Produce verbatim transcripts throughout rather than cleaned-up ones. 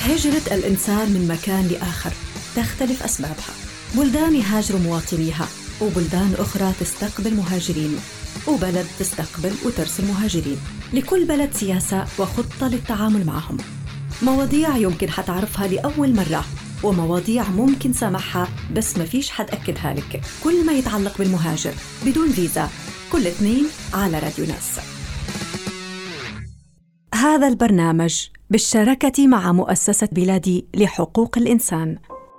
هجرة الإنسان من مكان لآخر تختلف أسبابها. بلدان يهاجر مواطنيها، وبلدان أخرى تستقبل مهاجرين، وبلد تستقبل وترسل مهاجرين. لكل بلد سياسة وخطة للتعامل معهم. مواضيع يمكن حتعرفها لأول مرة، ومواضيع ممكن سامحها بس ما فيش حد أكدها لك. كل ما يتعلق بالمهاجر بدون فيزا، كل اثنين على راديو ناس. هذا البرنامج بالشراكة مع مؤسسة بلادي لحقوق الإنسان.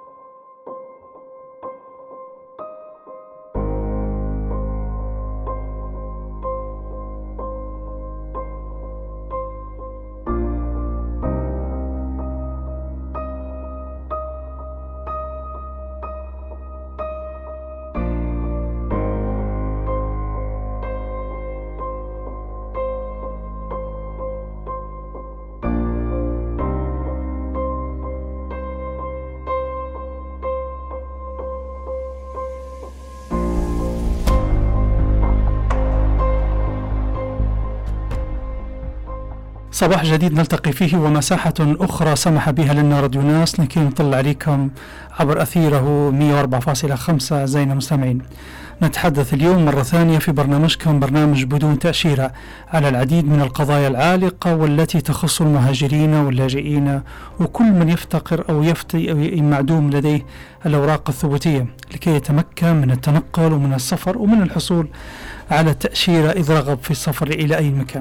صباح جديد نلتقي فيه ومساحة أخرى سمح بها لنا راديو ناس لكي نطلع عليكم عبر أثيره مئة وأربعة فاصلة خمسة أعزائنا المستمعين. نتحدث اليوم مرة ثانية في برنامجكم برنامج بدون تأشيرة على العديد من القضايا العالقة والتي تخص المهاجرين واللاجئين وكل من يفتقر أو يفتي أو معدوم لديه الأوراق الثبوتية لكي يتمكن من التنقل ومن السفر ومن الحصول على تأشيرة إذا رغب في السفر إلى أي مكان.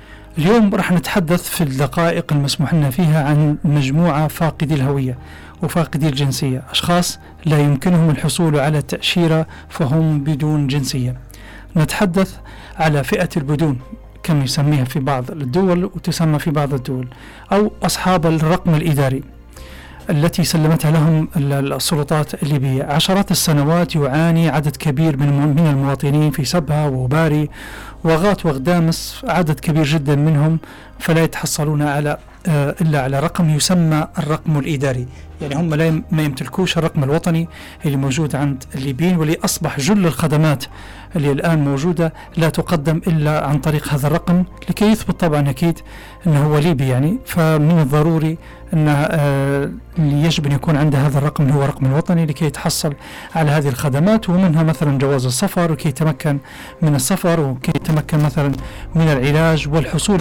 اليوم راح نتحدث في الدقائق المسموح لنا فيها عن مجموعة فاقدي الهوية وفاقدي الجنسية، أشخاص لا يمكنهم الحصول على تأشيرة فهم بدون جنسية. نتحدث على فئة البدون كما يسميها في بعض الدول وتسمى في بعض الدول، أو أصحاب الرقم الإداري التي سلمتها لهم السلطات الليبية. عشرات السنوات يعاني عدد كبير من من المواطنين في سبها وباري وغات وغدامس، عدد كبير جدا منهم فلا يتحصلون على آه إلا على رقم يسمى الرقم الإداري، يعني هم لا ما يمتلكوش الرقم الوطني اللي موجود عند الليبيين، واللي أصبح جل الخدمات اللي الآن موجودة لا تقدم إلا عن طريق هذا الرقم لكي يثبت طبعا أكيد أنه هو ليبي. يعني فمن الضروري أنه آه يجب أن يكون عنده هذا الرقم اللي هو الرقم الوطني لكي يتحصل على هذه الخدمات، ومنها مثلا جواز السفر وكي يتمكن من السفر وكي يتمكن مثلا من العلاج والحصول.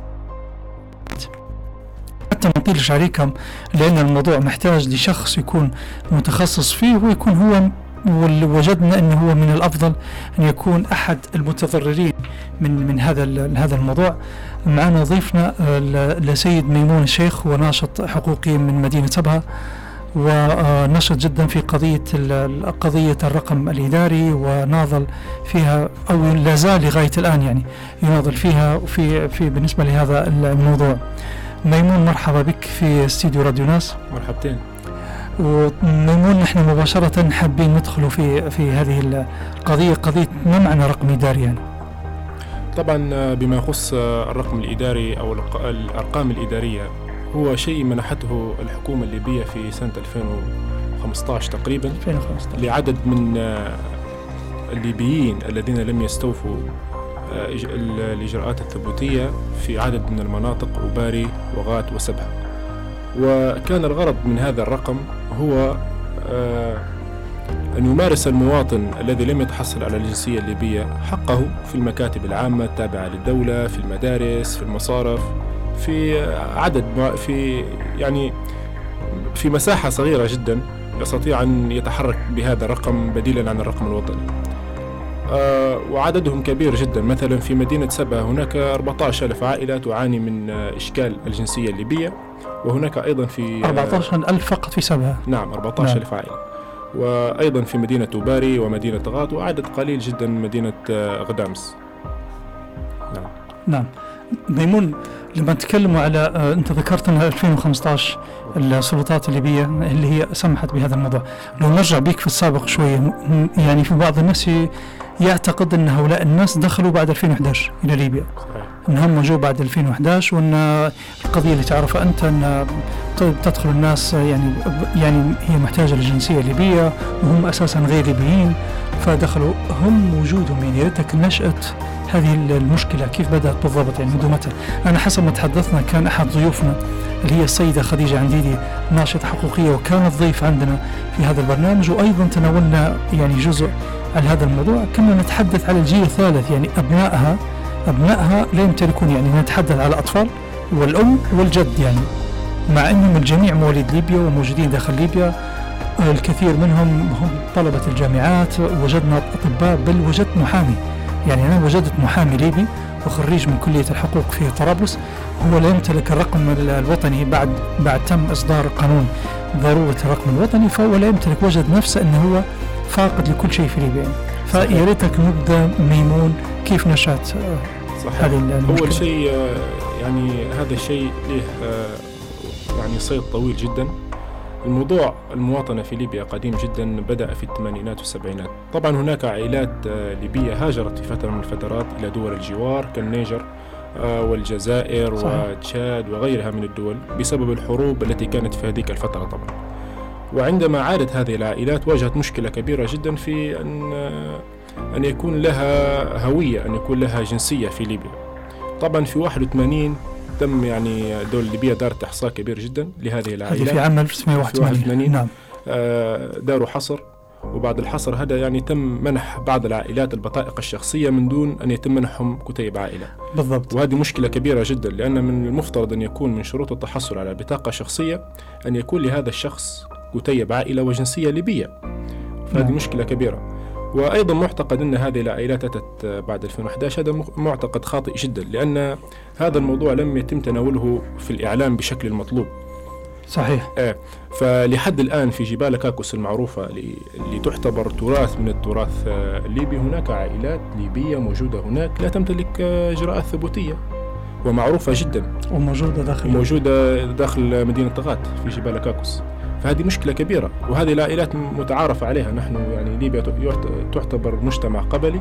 حتى ما نطيلش عليكم لأن الموضوع محتاج لشخص يكون متخصص فيه ويكون هو، ووجدنا أنه هو من الأفضل أن يكون أحد المتضررين من من هذا هذا الموضوع. معنا ضيفنا لسيد ميمون الشيخ، وناشط حقوقي من مدينة سبها ونشط جدا في قضية قضية الرقم الإداري، وناضل فيها أو لا زال لغاية الآن يعني يناضل فيها في في بالنسبة لهذا الموضوع. ميمون مرحبا بك في استديو راديو ناس. مرحبتين. وميمون نحن مباشرة حابين ندخل في في هذه القضية، قضية ما معنى رقم إداري يعني؟ طبعا بما يخص الرقم الإداري أو الأرقام الإدارية هو شيء منحته الحكومة الليبية في سنة ألفين وخمسة عشر تقريبا ألفين وخمسة عشر لعدد من الليبيين الذين لم يستوفوا الإجراءات الثبوتية في عدد من المناطق وباري وغات وسبها. وكان الغرض من هذا الرقم هو أن يمارس المواطن الذي لم يتحصل على الجنسية الليبية حقه في المكاتب العامة التابعة للدولة، في المدارس، في المصارف، في عدد في يعني في مساحة صغيرة جدا يستطيع أن يتحرك بهذا الرقم بديلا عن الرقم الوطني. آه وعددهم كبير جدا. مثلا في مدينة سبها هناك أربعة عشر ألف عائلة تعاني من إشكال الجنسية الليبية، وهناك أيضا في أربعة عشر ألف فقط في سبها. نعم أربعة عشر ألف عائلة، وأيضا في مدينة توباري ومدينة غات، وعدد قليل جدا من مدينة غدامس. نعم نعم. ميمون لما تكلموا على آه أنت ذكرت أن ألفين وخمسة عشر السلطات الليبية اللي هي سمحت بهذا الموضوع، لو نرجع بيك في السابق شوية، يعني في بعض الناس يعتقد أن هؤلاء الناس دخلوا بعد ألفين وإحدى عشر إلى ليبيا، أنهم جو بعد ألفين وإحدى عشر، وأن القضية اللي تعرفها أنت أن تدخل الناس يعني يعني هي محتاجة للجنسية الليبية وهم أساسا غير ليبيين، فدخلوا هم وجودهم. يعني ريتك نشأة هذه المشكلة كيف بدأت بالضبط يعني منذ متى. أنا حسب ما تحدثنا كان أحد ضيوفنا اللي هي السيدة خديجة عنديدي ناشطة حقوقية وكانت ضيف عندنا في هذا البرنامج، وأيضا تناولنا يعني جزء على هذا الموضوع. كنا نتحدث على الجيل الثالث، يعني أبنائها أبنائها لا يمتلكون، يعني نتحدث على الأطفال والأم والجد، يعني مع أنهم الجميع مواليد ليبيا وموجودين داخل ليبيا. الكثير منهم هم طلبة الجامعات، وجدنا أطباء، بل وجدت محامي. يعني أنا وجدت محامي ليبي وخريج من كلية الحقوق في طرابلس، هو لا يمتلك الرقم الوطني بعد بعد تم إصدار قانون ضرورة الرقم الوطني، فهو لا يمتلك، وجد نفسه أنه هو فاقد لكل شيء في ليبيا. فيا ريتك نبدأ ميمون كيف نشأت هذه المشكلة. أول شيء يعني هذا الشيء له يعني صيد طويل جدا. الموضوع المواطنة في ليبيا قديم جدا، بدأ في الثمانينات والسبعينات. طبعا هناك عائلات ليبية هاجرت في فترة من الفترات إلى دول الجوار كالنيجر والجزائر وتشاد وغيرها من الدول بسبب الحروب التي كانت في هذه الفترة طبعا. وعندما عادت هذه العائلات واجهت مشكلة كبيرة جدا في أن أن يكون لها هوية، أن يكون لها جنسية في ليبيا. طبعا في واحد وثمانين تم يعني الدولة الليبية دارت إحصاء كبير جدا لهذه العائلات. هذه في عام ألف وتسعمائة وواحد وثمانين. نعم. داروا حصر، وبعد الحصر هذا يعني تم منح بعض العائلات البطائق الشخصية من دون أن يتم منحهم كتيب عائلة. بالضبط. وهذه مشكلة كبيرة جدا، لأن من المفترض أن يكون من شروط التحصل على بطاقة شخصية أن يكون لهذا الشخص كتيب عائلة وجنسية ليبية. فهذه نعم. مشكلة كبيرة. وأيضا معتقد أن هذه العائلات أتت بعد ألفين وأحد عشر، هذا معتقد خاطئ جدا، لأن هذا الموضوع لم يتم تناوله في الإعلام بشكل المطلوب. صحيح. آه فلحد الآن في جبال كاكوس المعروفة اللي تعتبر تراث من التراث الليبي، هناك عائلات ليبية موجودة هناك لا تمتلك إجراءات ثبوتية ومعروفة جدا، وموجودة داخل موجودة داخل مدينة طغات في جبال كاكوس. فهذه مشكلة كبيرة، وهذه العائلات متعارف عليها. نحن يعني ليبيا تعتبر مجتمع قبلي،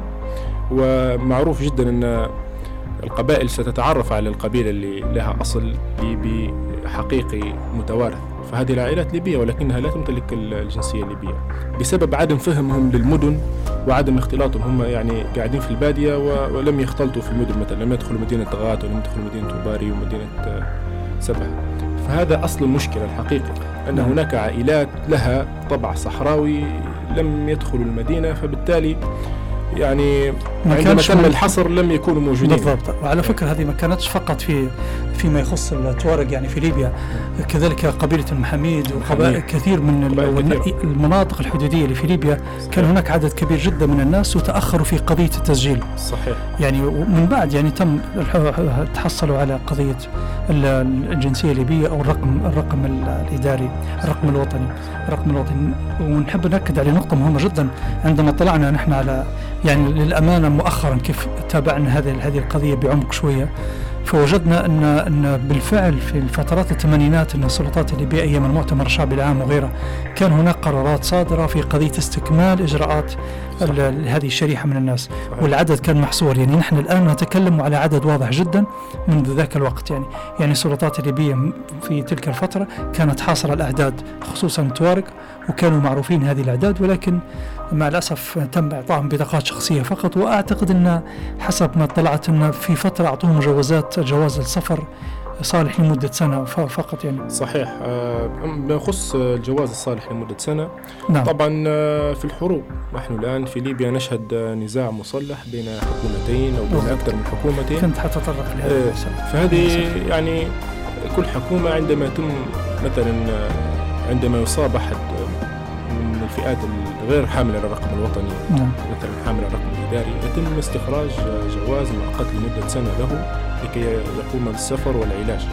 ومعروف جدا أن القبائل ستتعرف على القبيلة اللي لها أصل ليبي حقيقي متوارث. فهذه العائلات ليبية ولكنها لا تمتلك الجنسية الليبية بسبب عدم فهمهم للمدن وعدم اختلاطهم. هم يعني قاعدين في البادية ولم يختلطوا في المدن، مثلا لم يدخلوا مدينة طغات ولم يدخلوا مدينة توباري ومدينة سبع. فهذا أصل المشكلة الحقيقي، أن هناك عائلات لها طبع صحراوي لم يدخلوا المدينة، فبالتالي يعني عندما تم الحصر لم يكونوا موجودين. بالضبط. وعلى فكرة هذه ما كانتش فقط في فيما يخص التوارق يعني في ليبيا، كذلك قبيلة المحاميد وقبائل كثير من المناطق الحدودية اللي في ليبيا. كان هناك عدد كبير جدا من الناس وتأخروا في قضية التسجيل. صحيح. يعني ومن بعد يعني تم تحصلوا على قضية الجنسية الليبية أو الرقم الرقم الإداري، الرقم الوطني الرقم الوطني. ونحب نأكد على نقطة مهمة جدا. عندما طلعنا نحن على يعني للأمانة مؤخرا كيف تابعنا هذه هذه القضية بعمق شوية، فوجدنا أن أن بالفعل في الفترات الثمانينات أن السلطات الليبية أيام المؤتمر الشعبي العام وغيره كان هناك قرارات صادرة في قضية استكمال إجراءات هذه الشريحة من الناس، والعدد كان محصور. يعني نحن الآن نتكلم على عدد واضح جدا منذ ذاك الوقت. يعني يعني السلطات الليبية في تلك الفترة كانت حاصرة الأعداد خصوصا التوارق، وكانوا معروفين هذه الأعداد، ولكن مع الأسف تم إعطائهم بطاقات شخصية فقط. وأعتقد أن حسب ما طلعت أن في فترة أعطوهم جوازات جواز السفر صالح لمدة سنة فقط. يعني صحيح. بخص الجواز الصالح لمدة سنة. نعم. طبعا في الحروب نحن الآن في ليبيا نشهد نزاع مسلح بين حكومتين أو بين أكثر من حكومتين. كنت حتطرق لهذا المسألة. فهذه يعني كل حكومة عندما يتم مثلا عندما يصاب أحد من الفئات الغير حاملة للرقم الوطني، نعم. مثلا حامل الرقم الإداري، يتم استخراج جواز مؤقت لمدة سنة له لكي يقوم بالسفر والعلاج.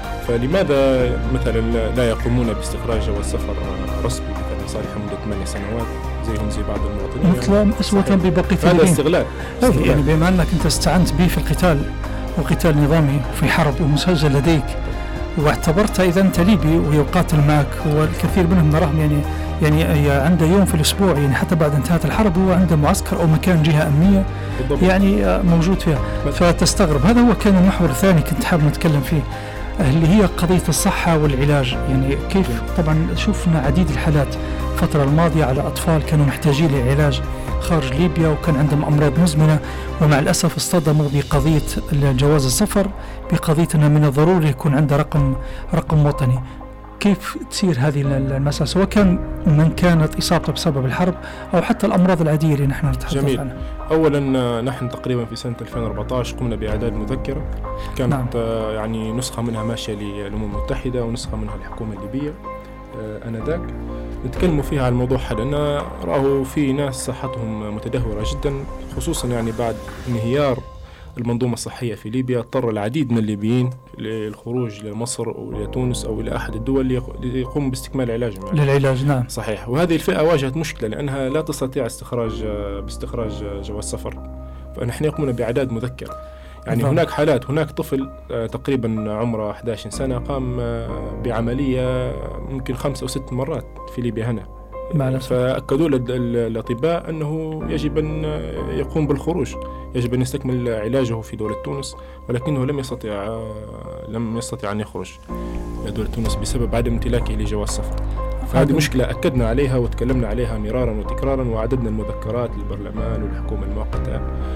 فلماذا مثلا لا يقومون باستخراج جواز سفر رسمي مثلا صالح مدة ثمانية سنوات زيهم زي بعض المواطنين؟ مثل أسوة ببقية هذا استغلال. استغلال. يعني بما أنك أنت استعنت به في القتال وقتال نظامي في حرب ومسجل لديك، واعتبرت إذا أنت ليبي ويقاتل معك، والكثير منهم نراهم يعني يعني عنده يوم في الأسبوع، يعني حتى بعد انتهاء الحرب هو عنده معسكر أو مكان جهة أمنية بالضبط. يعني موجود فيها، فتستغرب. هذا هو كان المحور الثاني كنت حاب نتكلم فيه، اللي هي قضية الصحة والعلاج. يعني كيف طبعا شفنا عديد الحالات الفترة الماضية على أطفال كانوا محتاجين لعلاج خارج ليبيا وكان عندهم أمراض مزمنة، ومع الأسف اصطدموا بقضية جواز السفر، بقضية أنه من الضروري يكون عنده رقم رقم وطني. كيف تصير هذه المسألة سواء كان من كانت إصابته بسبب الحرب أو حتى الأمراض العادية اللي نحن نتحدث جميل. عنها؟ أولا نحن تقريبا في سنة ألفين وأربعة عشر قمنا بإعداد مذكرة كانت نعم. يعني نسخة منها ماشية للأمم المتحدة ونسخة منها الحكومة الليبية آنذاك، نتكلموا فيها عن الموضوع هذا، لأن رأوا في ناس صحتهم متدهورة جدا، خصوصا يعني بعد انهيار المنظومة الصحية في ليبيا. اضطر العديد من الليبيين للخروج لمصر أو إلى تونس أو إلى أحد الدول ليقوموا باستكمال علاجهم يعني. للعلاج نعم صحيح. وهذه الفئة واجهت مشكلة لأنها لا تستطيع استخراج باستخراج جواز سفر، فنحن قمنا بإعداد مذكرة يعني. هناك حالات، هناك طفل تقريبا عمره أحد عشر سنة قام بعملية ممكن خمس أو ست مرات في ليبيا هنا، فأكدوا الأطباء أنه يجب أن يقوم بالخروج، يجب أن يستكمل علاجه في دولة تونس، ولكنه لم يستطيع لم يستطيع أن يخرج إلى دولة تونس بسبب عدم امتلاكه لجواز سفر. فهذه مشكلة أكدنا عليها وتكلمنا عليها مرارا وتكرارا، وعددنا المذكرات للبرلمان والحكومة المؤقتة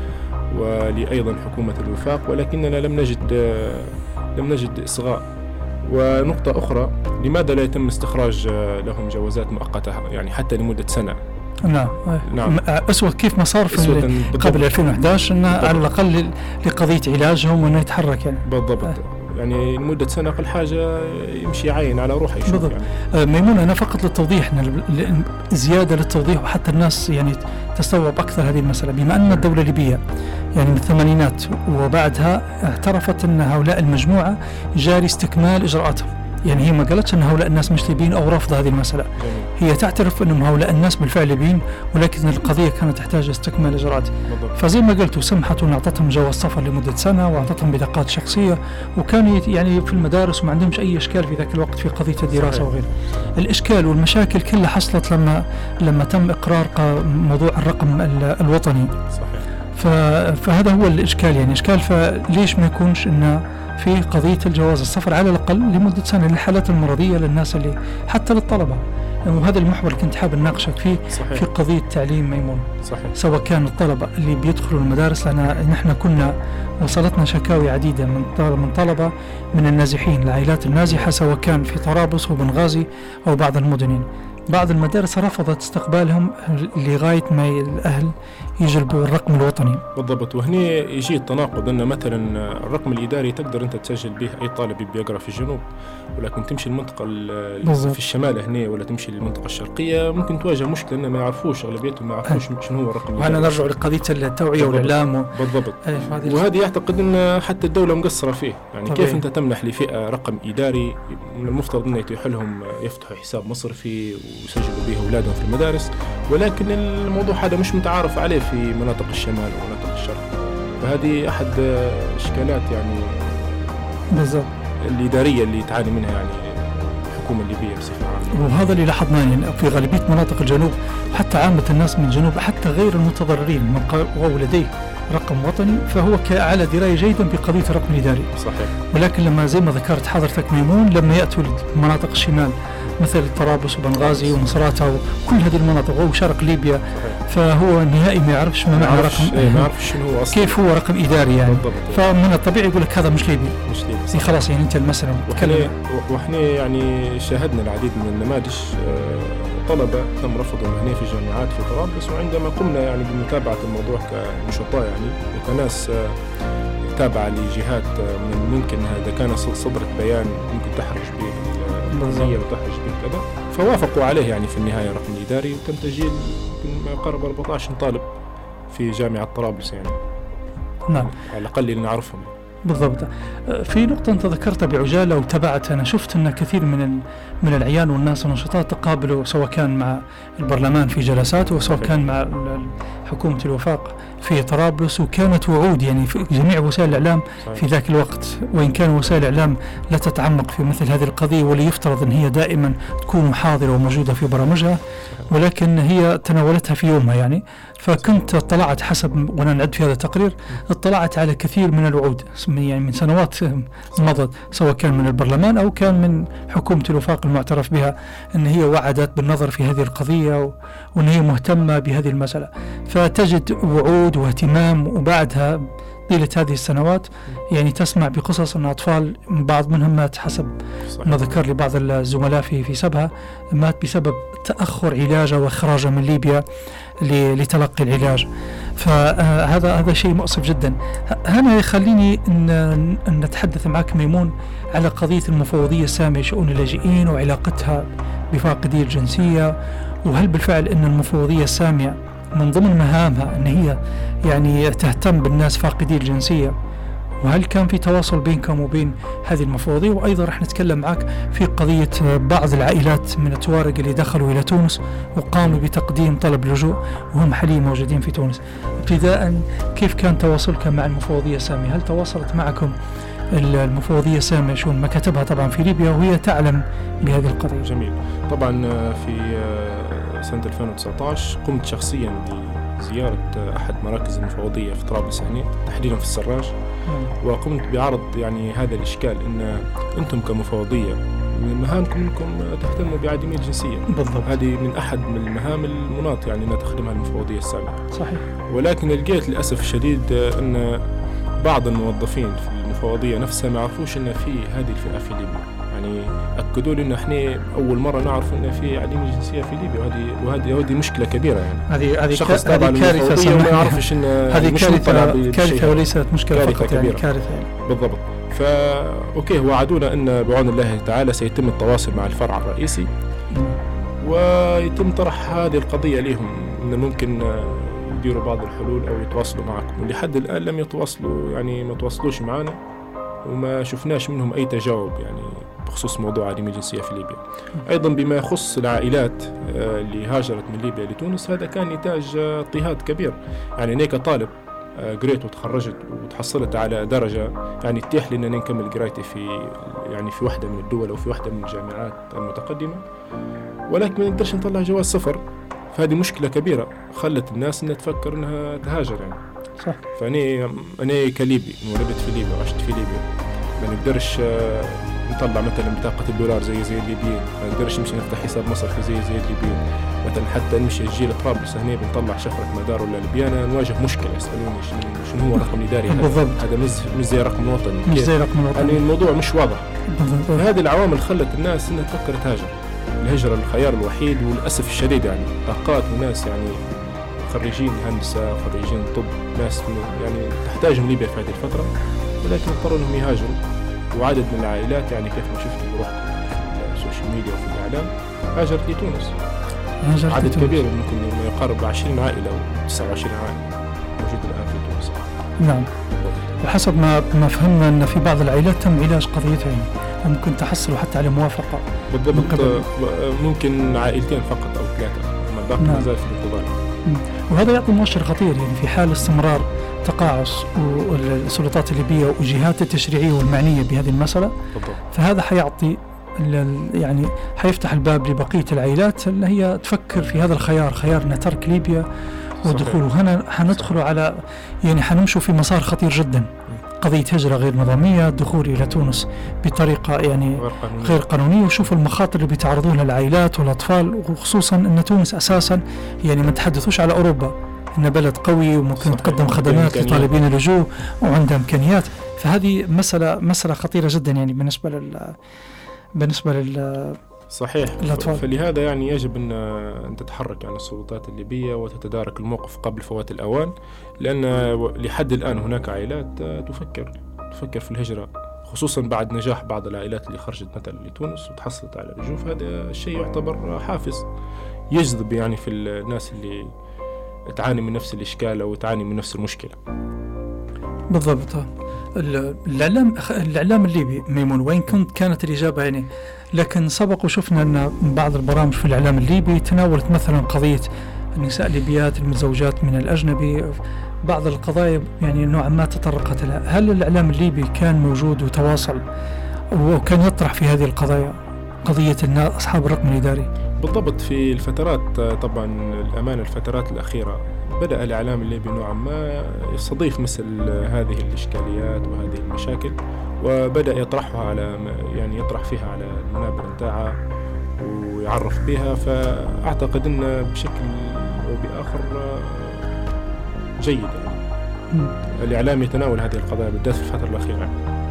ولأيضا حكومة الوفاق، ولكننا لم نجد لم نجد إصغاء. ونقطة أخرى، لماذا لا يتم استخراج لهم جوازات مؤقتة يعني حتى لمدة سنة؟ نعم نعم أسوأ كيف ما صار في قبل ألفين وأحد عشر إنه على الأقل لقضية علاجهم وإنه يتحرك يعني بالضبط آه. يعني لمدة سنة أقل حاجة يمشي عين على روحه يشوف بالضبط. يعني. ميمون أنا فقط للتوضيح زيادة للتوضيح وحتى الناس يعني تستوعب أكثر هذه المسألة، بما أن الدولة الليبية يعني من الثمانينات وبعدها اعترفت أن هؤلاء المجموعة جاري استكمال إجراءاتهم، يعني هي ما قالتش أن هؤلاء الناس مش ليبيين أو رفض هذه المسألة، هي تعترف أنهم هؤلاء الناس بالفعل ليبيين، ولكن القضية كانت تحتاج استكمال إجراءات. فزي ما قلت وسمحت وأعطتهم جواز سفر لمدة سنة وأعطتهم بطاقات شخصية، وكانوا يعني في المدارس وما عندهمش أي إشكال في ذاك الوقت في قضية الدراسة وغيره. الإشكال والمشاكل كلها حصلت لما لما تم إقرار موضوع الرقم الوطني. صحيح. فهذا هو الإشكال يعني إشكال، فليش ما يكونش إنه في قضية الجواز السفر على الأقل لمدة سنة للحالات المرضية للناس اللي حتى للطلبة، وهذا المحور اللي كنت حاب نناقشك فيه. صحيح. في قضية تعليم ميمون. صحيح. سواء كان الطلبة اللي بيدخلوا المدارس، لأن نحن كنا وصلتنا شكاوي عديدة من من طلبة من النازحين العائلات النازحة، سواء كان في طرابلس وبنغازي أو بعض المدن. بعض المدارس رفضت استقبالهم لغاية ما الأهل يجلبوا الرقم الوطني. بالضبط. وهنا يجي التناقض أن مثلا الرقم الإداري تقدر أنت تسجل به أي طالب بيقرأ في الجنوب، ولكن تمشي المنطقة في الشمال هنا ولا تمشي المنطقة الشرقية ممكن تواجه مشكلة أن ما يعرفوش، أغلبيتهم ما يعرفوش شنو هو الرقم الإداري. وأنا نرجع لقضية التوعية والإعلام. بالضبط. وهذه يعتقد أن حتى الدولة مقصرة فيه يعني. طبيعي. كيف أنت تمنح لفئة رقم إداري من المفترض أن يتيح لهم يفتحوا حساب مصرفي ويسجلوا به أولادهم في المدارس، ولكن الموضوع هذا مش متعارف عليه في مناطق الشمال ومناطق الشرق. فهذه أحد إشكالات يعني بالضبط الإدارية اللي تعاني منها يعني الحكومة الليبية بصفة عامة. وهذا اللي لاحظناه يعني في غالبية مناطق الجنوب، حتى عامة الناس من الجنوب حتى غير المتضررين من ولديه رقم وطني، فهو على دراية جيدا بقضية الرقم الإداري. صحيح. ولكن لما زي ما ذكرت حضرتك ميمون، لما يأتوا مناطق الشمال مثل طرابلس وبنغازي ومصراتة وكل هذه المناطق وشرق ليبيا، فهو نهائي ما يعرفش ما معنى رقم ايه ما يعرفش شنو هو اصلا كيف هو رقم اداري يعني. فمن الطبيعي يقول لك هذا مش ليبي مش ليبي خلاص يعني انت المسألة وحنا وحنا يعني شاهدنا العديد من النماذج طلبة تم رفضهم هنا في الجامعات في طرابلس، وعندما قمنا يعني بمتابعة الموضوع كنشطاء يعني وكناس تابعة لجهات من الممكن هذا كان صدرت بيان ممكن تحرج به النظرية وتحرج به كذا، فوافقوا عليه يعني في النهاية رقم الإداري، وتم تسجيل ما يقارب أربعة عشر طالب في جامعة طرابلس يعني. نعم على الأقل اللي نعرفهم. بالضبط. في نقطة أنت ذكرتها بعجالة وتابعتها، أنا شفت أن كثير من من العيان والناس والنشطاء تقابلوا سواء كان مع البرلمان في جلسات وسواء كان مع حكومة الوفاق في طرابلس، وكانت وعود يعني في جميع وسائل الإعلام في ذاك الوقت، وإن كان وسائل الإعلام لا تتعمق في مثل هذه القضية ولا يفترض أن هي دائما تكون حاضرة وموجودة في برامجها، ولكن هي تناولتها في يومها يعني. فكنت اطلعت حسب وانا نعد في هذا التقرير، اطلعت على كثير من الوعود يعني من سنوات مضت، سواء كان من البرلمان او كان من حكومة الوفاق المعترف بها، ان هي وعدت بالنظر في هذه القضية وان هي مهتمة بهذه المسألة. فتجد وعود واهتمام، وبعدها طيلة هذه السنوات يعني تسمع بقصص أن أطفال بعض منهم مات، حسب ما ذكر لي بعض الزملاء في في سبها، مات بسبب تأخر علاجه وإخراجه من ليبيا لتلقي العلاج. فهذا هذا شيء مؤسف جدا. هنا يخليني أن نتحدث معك ميمون على قضية المفوضية السامية لشؤون اللاجئين وعلاقتها بفاقدي الجنسية، وهل بالفعل أن المفوضية السامية من ضمن مهامها أن هي يعني تهتم بالناس فاقدي الجنسية، وهل كان في تواصل بينكم وبين هذه المفوضية؟ وأيضا رح نتكلم معك في قضية بعض العائلات من التوارق اللي دخلوا إلى تونس وقاموا بتقديم طلب لجوء وهم حاليا موجودين في تونس. ابتداء، كيف كان تواصلك مع المفوضية السامية؟ هل تواصلت معكم المفوضية السامية شؤون مكاتبها طبعا في ليبيا وهي تعلم بهذه القضية؟ جميل. طبعا في سنة ألفين وتسعة عشر قمت شخصيا بزيارة أحد مراكز المفوضية في طرابلس يعني تحديدا في السراج، وقمت بعرض يعني هذا الإشكال أن أنتم كمفوضية من مهامكم أنكم تهتموا بعديمي الجنسية. بالضبط. هذه من أحد من المهام المناط يعني أنها تخدمها المفوضية السامية. صحيح. ولكن لقيت للأسف الشديد أن بعض الموظفين في المفوضية نفسها ما عرفوش أن في هذه الفئة في ليبيا. يعني أكدوا لي إن إحنا أول مرة نعرف إن في عديم الجنسية في ليبيا، وهذه وهذه هذه مشكلة كبيرة يعني. هذه هذه شخص طبعا كارثة ما يعرفش إن هذه كارثة كارثة وليست مشكلة كارثة فقط كبيرة. يعني كارثة يعني. بالضبط. فا أوكي، وعدونا إن بعون الله تعالى سيتم التواصل مع الفرع الرئيسي ويتم طرح هذه القضية لهم، إن ممكن يديروا بعض الحلول أو يتواصلوا معكم. ولحد الآن لم يتواصلوا يعني ما تواصلوش معنا، وما شفناش منهم أي تجاوب يعني بخصوص موضوع عديم الجنسية في ليبيا. أيضا بما يخص العائلات اللي هاجرت من ليبيا لتونس، هذا كان نتاج اضطهاد كبير. يعني أنا كطالب قريت وتخرجت وتحصلت على درجة يعني تتيح لي أن نكمل قرايتي في يعني في واحدة من الدول أو في واحدة من الجامعات المتقدمة، ولكن ما نقدرش نطلع جواز سفر. فهذه مشكلة كبيرة خلت الناس أنها تفكر أنها تهاجر يعني. صح. فأني أنا كليبي انولدت في ليبيا وعشت في ليبيا، ما نقدرش نطلع مثلا بطاقة الدولار زي زي الليبيين، ما نقدرش نمشي نفتح حساب مصرفي زي زي الليبيين. مثلا حتى نمشي الجيل طرابلس هنا بنطلع شفرة مدار ولا ليبيانا نواجه مشكلة، يسألوني شنو هو الرقم الإداري هذا؟ بالضبط. هذا مش زي رقم وطني، مش زي رقم وطني. يعني الموضوع مش واضح. بالضبط. هذه العوامل خلت الناس إنها تفكر تهاجر. الهجرة الخيار الوحيد، وللأسف الشديد يعني طاقات وناس يعني خريجين هندسة، خريجين طب، ناس يعني تحتاجهم ليبيا في هذه الفترة، ولكن اضطروا انهم يهاجروا. وعدد من العائلات يعني كيف ما شفت بروح في السوشيال ميديا وفي الإعلام هاجرت لتونس. عدد تونس. كبير، ممكن ما يقارب عشرين عائلة أو تسعة وعشرين عائلة موجودة الآن في تونس. نعم. وحسب ما ما فهمنا أن في بعض العائلات تم علاج قضيتها يعني، وممكن تحصلوا حتى على موافقة. بالضبط. ممكن عائلتين فقط أو ثلاثة، أما الباقي ما زال في الانتظار. وهذا يعطي مؤشر خطير يعني في حال استمرار تقاعس والسلطات الليبية وجهات التشريعية والمعنية بهذه المسألة. بالضبط. فهذا حيعطي يعني حيفتح الباب لبقية العائلات اللي هي تفكر في هذا الخيار، خيارنا ترك ليبيا ودخول. وهنا حندخل على يعني حنمشوا في مسار خطير جدا، قضية هجرة غير نظامية، الدخول إلى تونس بطريقة يعني غير قانونية. وشوفوا المخاطر اللي بيتعرضون لها العائلات والأطفال، وخصوصا أن تونس أساسا يعني ما تحدثوش على أوروبا، إن بلد قوي وممكن تقدم خدمات لطالبين اللجوء وعنده إمكانيات. فهذه مسألة مسألة خطيرة جدا يعني بالنسبة لل بالنسبة لل صحيح. الأطفال. فلهذا يعني يجب أن أن تتحرك يعني السلطات الليبية وتتدارك الموقف قبل فوات الأوان، لأن لحد الآن هناك عائلات تفكر تفكر في الهجرة، خصوصا بعد نجاح بعض العائلات اللي خرجت مثلا لتونس وتحصلت على اللجوء. هذا الشيء يعتبر حافز يجذب يعني في الناس اللي تعاني من نفس الإشكال أو تعاني من نفس المشكلة. بالضبط. الإعلام الإعلام الليبي ميمون، وين كنت كانت الإجابة يعني، لكن سبق وشفنا أن بعض البرامج في الإعلام الليبي تناولت مثلا قضية النساء الليبيات المتزوجات من الأجنبي، بعض القضايا يعني نوعا ما تطرقت لها. هل الإعلام الليبي كان موجود وتواصل وكان يطرح في هذه القضايا قضية أصحاب الرقم الإداري؟ بالضبط. في الفترات طبعا الأمانة الفترات الأخيرة بدأ الإعلام الليبي نوعا ما يستضيف مثل هذه الإشكاليات وهذه المشاكل، وبدأ يطرحها على يعني يطرح فيها على المنابر نتاعها ويعرف بها. فأعتقد أن بشكل أو بآخر جيد يعني الإعلام يتناول هذه القضايا بالذات في الفترة الأخيرة.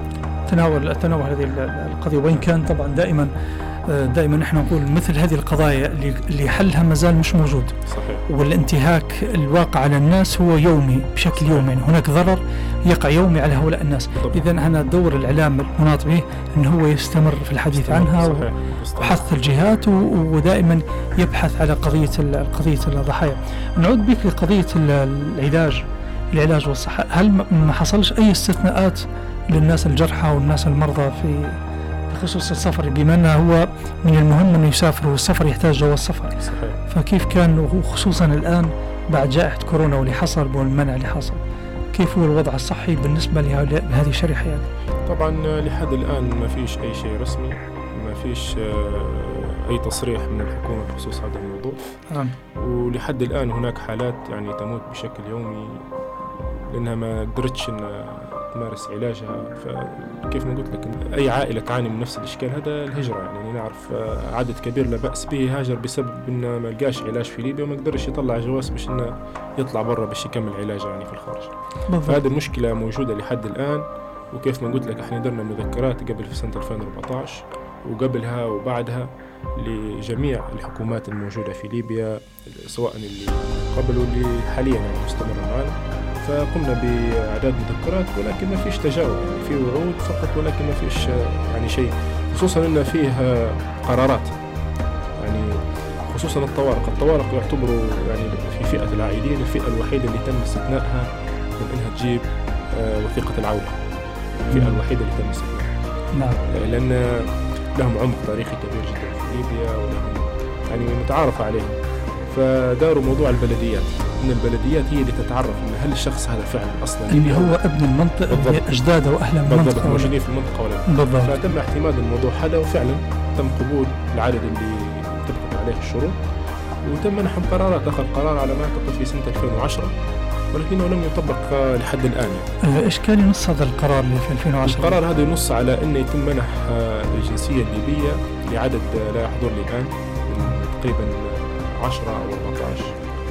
تناول تناول هذه القضية، وإن كان طبعا دائما دائما نحن نقول مثل هذه القضايا اللي حلها مازال مش موجود. صحيح. والانتهاك الواقع على الناس هو يومي بشكل صحيح. يومي هناك ضرر يقع يومي على هؤلاء الناس. إذا هنا دور الإعلام المناط به أنه هو يستمر في الحديث يستمر. عنها صحيح. وحث الجهات ودائما يبحث على قضية قضية الضحايا. نعود بك لقضية العلاج العلاج والصحة. هل ما حصلش أي استثناءات للناس الجرحى والناس المرضى في بخصوص السفر، بما أنه هو من المهم أنه يسافر والسفر يحتاج جواز سفر؟ صحيح. فكيف كان وخصوصا الآن بعد جائحة كورونا واللي حصل والمنع اللي حصل، كيف هو الوضع الصحي بالنسبة لهذه الشريحة يعني؟ طبعا لحد الآن ما فيش أي شيء رسمي، ما فيش أي تصريح من الحكومة بخصوص هذا الموضوع. آه. ولحد الآن هناك حالات يعني تموت بشكل يومي لأنها ما قدرتش إن تمارس علاجها. فكيف ما قلت لك أي عائلة تعاني من نفس الإشكال هذا الهجرة. يعني نعرف عدد كبير لا بأس به هاجر بسبب إنه ما لقاش علاج في ليبيا وما قدرش يطلع جواز باش إنه يطلع برا باش يكمل علاجه يعني في الخارج. فهذه المشكلة موجودة لحد الآن. وكيف ما قلت لك احنا درنا مذكرات قبل في سنة ألفين وأربعة عشر وقبلها وبعدها لجميع الحكومات الموجودة في ليبيا سواء اللي قبل واللي حاليا يعني مستمرة معنا. فقمنا بإعداد مذكرات ولكن ما فيش تجاوب، يعني في وعود فقط ولكن ما فيش يعني شيء، خصوصا أن فيه قرارات يعني خصوصا الطوارق. الطوارق يعتبروا يعني في فئة العائدين الفئة الوحيدة اللي تم استثنائها من أنها تجيب وثيقة العودة، الفئة الوحيدة اللي تم استثنائها. نعم. لأن لهم عمق تاريخي كبير جدا في ليبيا ولهم يعني متعارف عليهم. فداروا موضوع البلديات، ان البلديات هي اللي تتعرف ان هل الشخص هذا فعلا اصلا اللي هو ابن المنطقه، اجداده واهله من المنطقه موجودين في المنطقه ولا لا. بالضبط. فتم اعتماد الموضوع هذا وفعلا تم قبول العدد اللي طبقت عليه الشروط وتم منحهم قرارات. اخذ قرار على ما اعتقد في سنه ألفين وعشرة ولكنه لم يطبق لحد الان يعني. ايش كان ينص هذا القرار اللي في ألفين وعشرة؟ القرار هذا ينص على انه يتم منح الجنسيه الليبيه لعدد لا يحضر لي الان من تقريبا عشرة أو أربعة عشر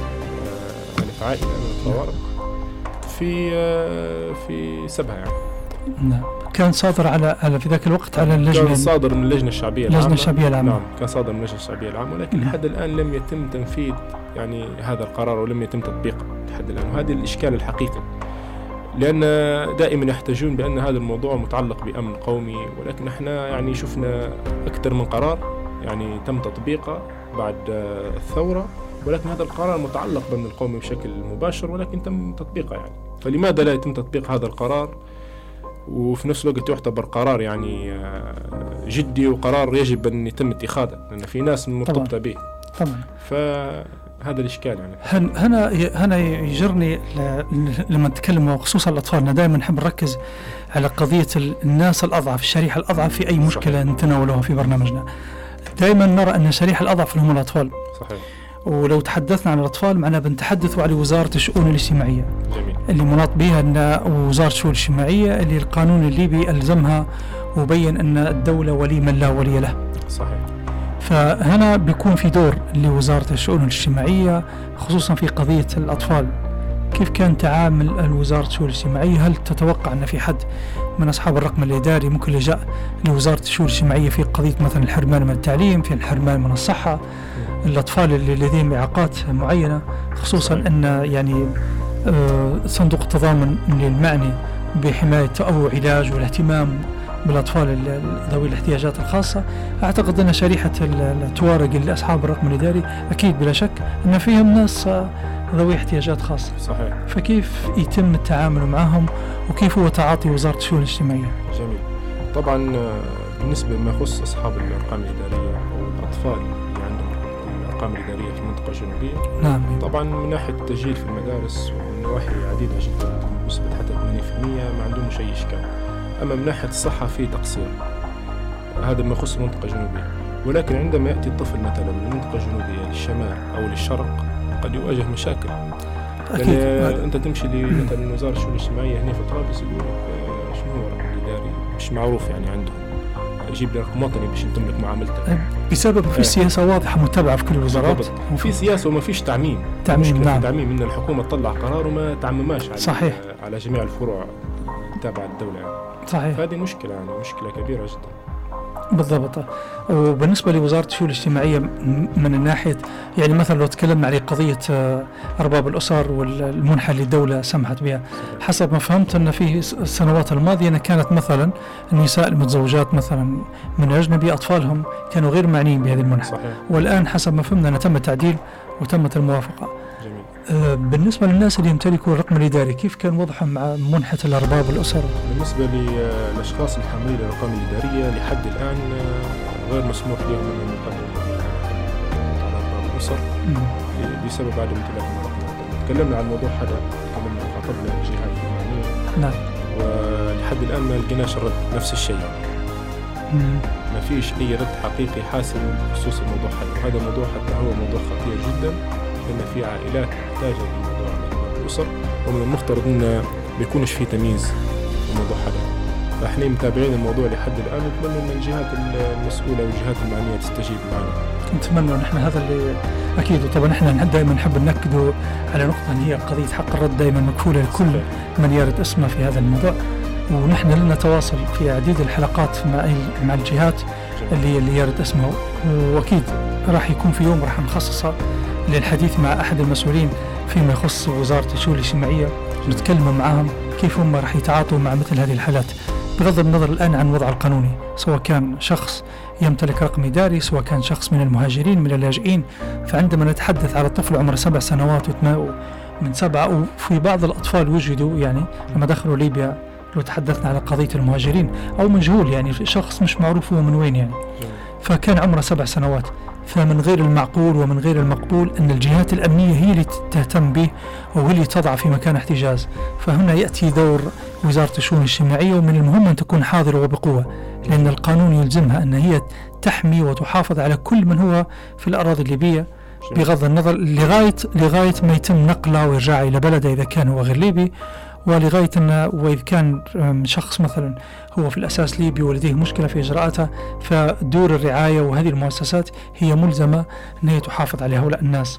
ألف عائلة من الطوارق في في سبها يعني. نعم. كان صادر على على في ذاك الوقت على اللجنة، كان صادر من اللجنة الشعبية العامة. اللجنة الشعبية العامة. نعم كان صادر من اللجنة الشعبية العامة ولكن لحد الآن لم يتم تنفيذ يعني هذا القرار ولم يتم تطبيقه لحد الآن. وهذا الإشكال الحقيقي لأن دائما يحتجون بأن هذا الموضوع متعلق بأمن قومي، ولكن احنا يعني شفنا أكثر من قرار يعني تم تطبيقه بعد الثورة، ولكن هذا القرار متعلق بالأمن القومي بشكل مباشر ولكن تم تطبيقه يعني. فلماذا لا يتم تطبيق هذا القرار وفي نفس الوقت يعتبر قرار يعني جدي وقرار يجب أن يتم اتخاذه لأن في ناس مرتبطة به طبعا. فهذا الإشكال يعني. هنا هنا يجرني لما نتكلم وخصوصا الأطفال دائما نحب نركز على قضية الناس الأضعف، الشريحة الأضعف في أي مشكلة صحيح. نتناولها في برنامجنا. دائما نرى أن الشريحة الأضعف هم الأطفال. صحيح. ولو تحدثنا عن الأطفال معنا بنتحدث على وزارة الشؤون الاجتماعية. جميل. اللي مناط بها أن وزارة الشؤون الاجتماعية اللي القانون الليبي ألزمها وبين أن الدولة ولي من لا ولي له. صحيح. فهنا بيكون في دور لوزارة الشؤون الاجتماعية خصوصا في قضية الأطفال. كيف كان تعامل الوزارة الشؤون الاجتماعية؟ هل تتوقع أن في حد من أصحاب الرقم الإداري ممكن لجأ لوزارة الشؤون الاجتماعية في قضية مثلا الحرمان من التعليم، في الحرمان من الصحة، الأطفال اللي لديهم إعاقات معينة، خصوصا أن يعني صندوق التضامن المعني بحماية أو علاج والاهتمام بالأطفال ذوي الاحتياجات الخاصة، أعتقد أن شريحة التوارق اللي أصحاب الرقم الإداري أكيد بلا شك أن فيهم ناس ذوي احتياجات خاصة. صحيح. فكيف يتم التعامل معهم وكيف هو تعاطي وزارة الشؤون الاجتماعية؟ جميل. طبعا بالنسبة لما يخص أصحاب الأرقام الإدارية أو الأطفال اللي عندهم الأرقام الإدارية في المنطقة الجنوبية. نعم. طبعا من ناحية التسجيل في المدارس ومن نواحي عديدة جدا بنسبة حتى ثمانين بالمئة ما عندهمش أي إشكال. أما من ناحية الصحة في تقصير، هذا ما يخص المنطقة الجنوبية. ولكن عندما يأتي الطفل مثلا من المنطقة الجنوبية للشمال أو للشرق قد يواجه مشاكل. أكيد. أنت تمشي مثلا وزارة الشؤون الاجتماعية هنا في طرابلس يقول لك شنو هو الرقم الإداري مش معروف يعني عندهم، يجيب لي رقم وطني باش يتم لك معاملتك، بسبب في سياسة واضحة متبعة في كل الوزارات. وفي سياسة وما فيش تعميم. تعميم نعم. تعميم إن الحكومة تطلع قرار وما تعمماش على صحيح. على جميع الفروع التابعة للدولة يعني. صحيح. هذه مشكلة يعني مشكلة كبيرة جدا. بالضبط. وبالنسبة لوزارة الشؤون الاجتماعية من الناحية يعني مثلا لو تكلمنا على قضية أرباب الأسر والمنحة اللي الدولة سمحت بها، حسب ما فهمت أن في السنوات الماضية أن كانت مثلا النساء المتزوجات مثلا من أجنبي أطفالهم كانوا غير معنيين بهذه المنحة. صحيح. والآن حسب ما فهمنا أن تم التعديل وتمت الموافقة. جميل. بالنسبة للناس اللي يمتلكوا الرقم الإداري كيف كان وضعهم مع منحة الأرباب الأسر؟ بالنسبة للأشخاص الحاملين الأرقام الإدارية لحد الآن غير مسموح لهم أن يقدموا على أرقام الأسر بسبب عدم امتلاك الرقم. تكلمنا عن الموضوع هذا، تكلمنا وخاطبنا الجهات المعنية. نعم. ولحد الآن ما لقيناش الرد نفس الشيء. ما فيش أي رد حقيقي حاسم بخصوص الموضوع هذا، وهذا الموضوع حتى هو موضوع خطير جدا لأن في عائلات محتاجة لموضوع الأسر، ومن المفترض أن بيكونش في تمييز في الموضوع هذا. فإحنا متابعين الموضوع لحد الآن ونتمنى أن الجهات المسؤولة والجهات المعنية تستجيب معنا. نتمنى نحن هذا اللي أكيد. وطبعا نحن دائما نحب نأكد على نقطة أن هي قضية حق الرد دائما مكفولة لكل من يرد اسمه في هذا الموضوع، ونحن لنا تواصل في عديد الحلقات مع مع الجهات اللي اللي يرد اسمه، وأكيد راح يكون في يوم راح نخصصه للحديث مع أحد المسؤولين فيما يخص وزارة الشؤون الاجتماعية، نتكلم معهم كيف هم راح يتعاطوا مع مثل هذه الحالات بغض النظر الآن عن وضع القانوني، سواء كان شخص يمتلك رقم إداري سواء كان شخص من المهاجرين من اللاجئين. فعندما نتحدث على طفل عمره سبع سنوات من سبعة، وفي بعض الأطفال وجدوا يعني لما دخلوا ليبيا لو تحدثنا على قضية المهاجرين أو مجهول يعني شخص مش معروف هو من وين يعني، فكان عمره سبع سنوات. فمن غير المعقول ومن غير المقبول أن الجهات الأمنية هي اللي تهتم به وهي اللي تضع في مكان احتجاز. فهنا يأتي دور وزارة الشؤون الاجتماعية، ومن المهم أن تكون حاضرة وبقوة، لأن القانون يلزمها أن هي تحمي وتحافظ على كل من هو في الأراضي الليبية بغض النظر لغاية لغاية ما يتم نقله ويرجع إلى بلده إذا كان هو غير ليبي، ولغاية أن وإذا كان شخص مثلا هو في الأساس ليبي ولديه مشكلة في إجراءاته، فدور الرعاية وهذه المؤسسات هي ملزمة أن هي تحافظ على هؤلاء الناس.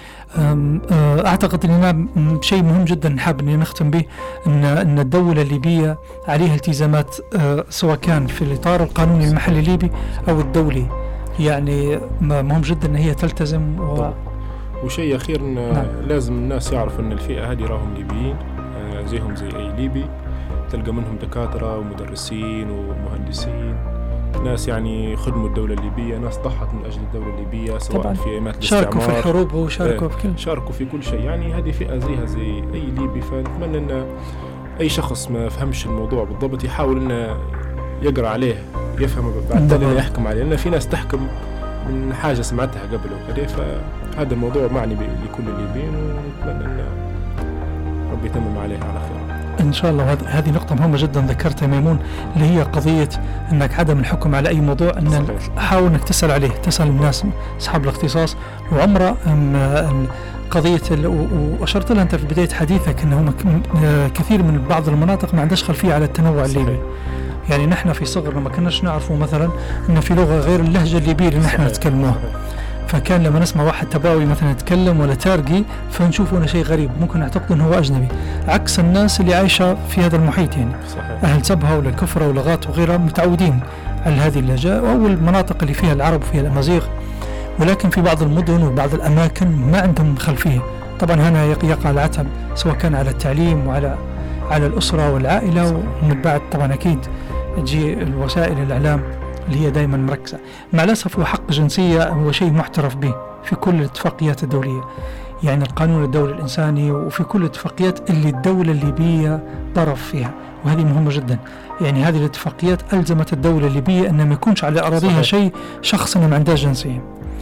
أعتقد أننا شيء مهم جدا نحب أن نختم به أن أن الدولة الليبية عليها التزامات سواء كان في الإطار القانوني المحلي الليبي أو الدولي، يعني مهم جدا أن هي تلتزم. و... وشيء أخير نعم. لازم الناس يعرف أن الفئة هذه راهم ليبيين زيهم زي أي ليبي، تلقى منهم دكاترة ومدرسين ومهندسين، ناس يعني خدموا الدولة الليبية، ناس ضحت من أجل الدولة الليبية سواء طبعاً. في إماتة الاستعمار، شاركوا في الحروب وشاركوا في كل شاركوا في كل شيء، يعني هذه فئة زيها زي أي ليبي. فنتمنى أن أي شخص ما فهمش الموضوع بالضبط يحاول أنه يقرأ عليه يفهم بعد ذلك يحكم عليه، لأن في ناس تحكم من حاجة سمعتها قبل وكذا. فهذا الموضوع معني لكل الليبيين، ونتمنى أن ربي يتمم عليها على خير إن شاء الله. هذه نقطة مهمة جدا ذكرتها ميمون، اللي هي قضية أنك عدم الحكم على أي موضوع، أن حاول أنك تسأل عليه، تسأل الناس أصحاب الاختصاص. وعمرة قضية وأشرت لها أنت في بداية حديثك أنه كثير من بعض المناطق ما عندهاش خلفية على التنوع الليبي. يعني نحن في صغرنا ما كناش نعرفوا مثلا أن في لغة غير اللهجة الليبية اللي نحن نتكلموها، فكان لما نسمع واحد تباوي مثلا يتكلم ولا تارقي فنشوفه انه شيء غريب، ممكن نعتقد انه هو اجنبي، عكس الناس اللي عايشه في هذا المحيط. يعني صحيح. اهل سبها ولا كفره ولغات وغيرها متعودين على هذه اللهجه، او المناطق اللي فيها العرب وفيها الامازيغ، ولكن في بعض المدن وبعض الاماكن ما عندهم خلفيه. طبعا هنا يقع العتب سواء كان على التعليم وعلى على الاسره والعائله، ومن بعد طبعا اكيد تجي الوسائل الاعلام اللي هي دائما مركزة. مع الأسف هو حق جنسية هو شيء محترف به في كل الاتفاقيات الدولية، يعني القانون الدولي الإنساني وفي كل الاتفاقيات اللي الدولة الليبية طرف فيها، وهذه مهمة جدا. يعني هذه الاتفاقيات ألزمت الدولة الليبية أن ما يكونش على أراضيها شيء شخص ما عنده جنسية.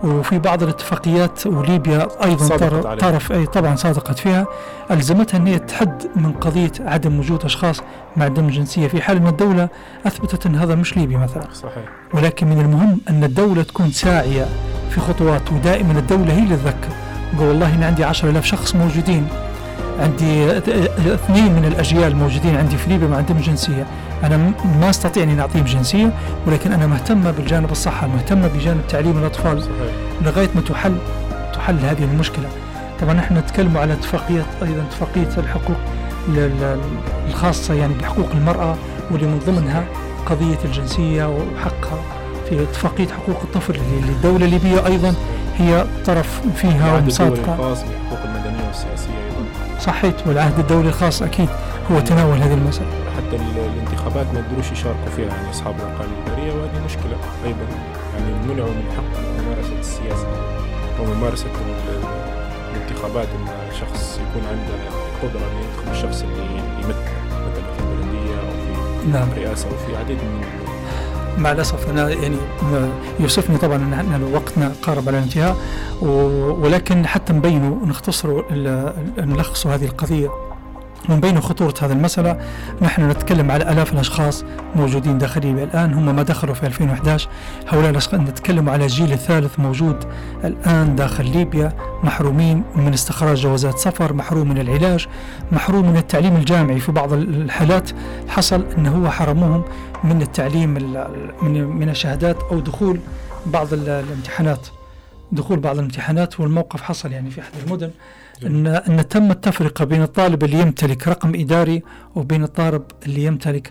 وفي بعض الاتفاقيات وليبيا أيضا طرف أي طبعا صادقت فيها ألزمتها أن هي تحد من قضية عدم وجود أشخاص مع دم جنسية في حال أن الدولة أثبتت أن هذا مش ليبي مثلا. صحيح. ولكن من المهم أن الدولة تكون ساعية في خطوات، ودائما الدولة هي اللي تذكر، تقول والله أنا عندي عشرة آلاف شخص موجودين، عندي اثنين من الأجيال موجودين عندي في ليبيا مع دم جنسية، أنا ما استطيع أن أعطيهم جنسية، ولكن أنا مهتمة بالجانب الصحة، مهتمة بجانب تعليم الأطفال. صحيح. لغاية ما تحل تحل هذه المشكلة. طبعا نحن نتكلم على اتفاقية أيضا اتفاقية الحقوق الخاصة يعني بحقوق المرأة، واللي من ضمنها قضية الجنسية وحقها في اتفاقية حقوق الطفل اللي الدولة الليبية أيضا هي طرف فيها ومصادقة. الخاص بحقوق المدنية والسياسية أيضا. صحيح. والعهد الدولي الخاص أكيد هو تناول هذه المسألة. حتى الانتخابات ما يقدروش يشاركوا فيها يعني أصحاب الأقاليم الإدارية، وهذه مشكلة أيضا، يعني منعوا من حق ممارسة السياسة وممارسة الانتخابات، إن شخص يكون عنده قدرة أن ينتخب الشخص اللي يمثل مثلا في البلدية أو في نعم. رئاسة أو في عديد من. مع الأسف أنا يعني يوصفني طبعا أن وقتنا قارب على الانتهاء، ولكن حتى نبينوا ونختصروا نلخصوا هذه القضية ونبين خطورة هذه المسألة. نحن نتكلم على آلاف الأشخاص موجودين داخل ليبيا الآن، هم ما دخلوا في ألفين وإحدى عشر. هؤلاء الأشخاص نتكلم على الجيل الثالث موجود الآن داخل ليبيا، محرومين من استخراج جوازات سفر، محروم من العلاج، محروم من التعليم الجامعي. في بعض الحالات حصل أنه هو حرموهم من التعليم من من الشهادات أو دخول بعض الامتحانات دخول بعض الامتحانات والموقف حصل يعني في أحد المدن إن, إن تم التفرقة بين الطالب اللي يمتلك رقم إداري وبين الطالب اللي يمتلك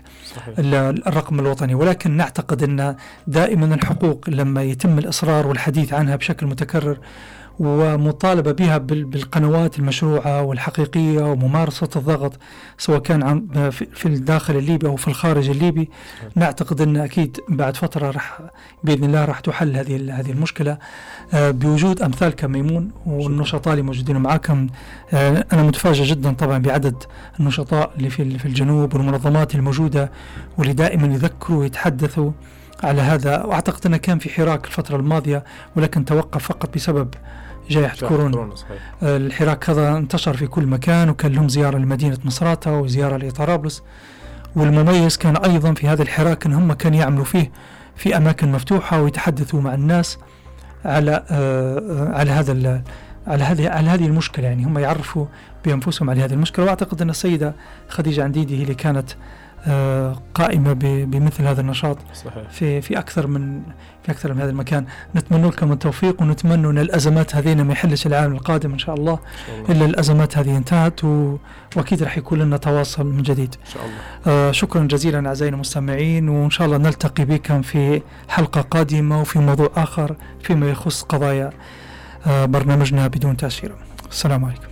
الرقم الوطني. ولكن نعتقد أن دائما الحقوق لما يتم الإصرار والحديث عنها بشكل متكرر ومطالبة بها بالقنوات المشروعة والحقيقية وممارسة الضغط سواء كان عن في الداخل الليبي أو في الخارج الليبي، نعتقد أن أكيد بعد فترة رح بإذن الله رح تحل هذه هذه المشكلة بوجود أمثال كميمون والنشطاء اللي موجودين معاكم. أنا متفاجئ جدا طبعا بعدد النشطاء اللي في في الجنوب والمنظمات الموجودة واللي دائما يذكروا ويتحدثوا على هذا. وأعتقد أنه كان في حراك الفترة الماضية ولكن توقف فقط بسبب جائحة كورونا. الحراك هذا انتشر في كل مكان، وكان لهم زيارة لمدينة مصراتة وزيارة لطرابلس. والمميز كان أيضا في هذا الحراك أن هم كانوا يعملوا فيه في أماكن مفتوحة ويتحدثوا مع الناس على آه على هذا على هذه على هذه المشكلة، يعني هم يعرفوا بأنفسهم على هذه المشكلة. وأعتقد أن السيدة خديجة عنديدي هي اللي كانت آه قائمة بمثل هذا النشاط. صحيح. في في أكثر من في أكثر من هذا المكان. نتمنى لكم التوفيق، ونتمنى أن الأزمات هذين ما يحلش العام القادم إن شاء الله, إن شاء الله. إلا الأزمات هذه انتهت، و... وأكيد رح يكون لنا تواصل من جديد إن شاء الله. آه شكرا جزيلا أعزائنا المستمعين، وإن شاء الله نلتقي بكم في حلقة قادمة وفي موضوع آخر فيما يخص قضايا آه برنامجنا بدون تأشيرة. السلام عليكم.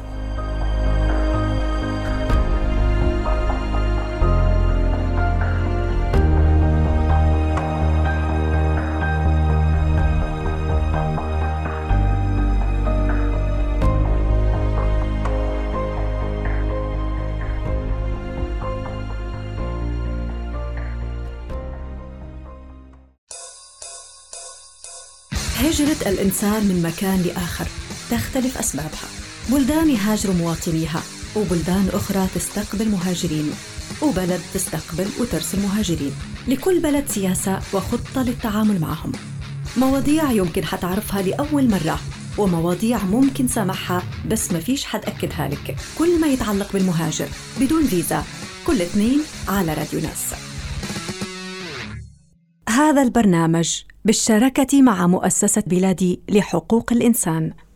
هجرة الإنسان من مكان لآخر تختلف أسبابها. بلدان يهاجر مواطنيها، وبلدان أخرى تستقبل مهاجرين، وبلد تستقبل وترسل مهاجرين. لكل بلد سياسة وخطة للتعامل معهم. مواضيع يمكن حتعرفها لأول مرة، ومواضيع ممكن سامعها بس ما فيش حد أكدها لك. كل ما يتعلق بالمهاجر بدون فيزا، كل اثنين على راديو ناس. هذا البرنامج بالشراكة مع مؤسسة بلادي لحقوق الإنسان.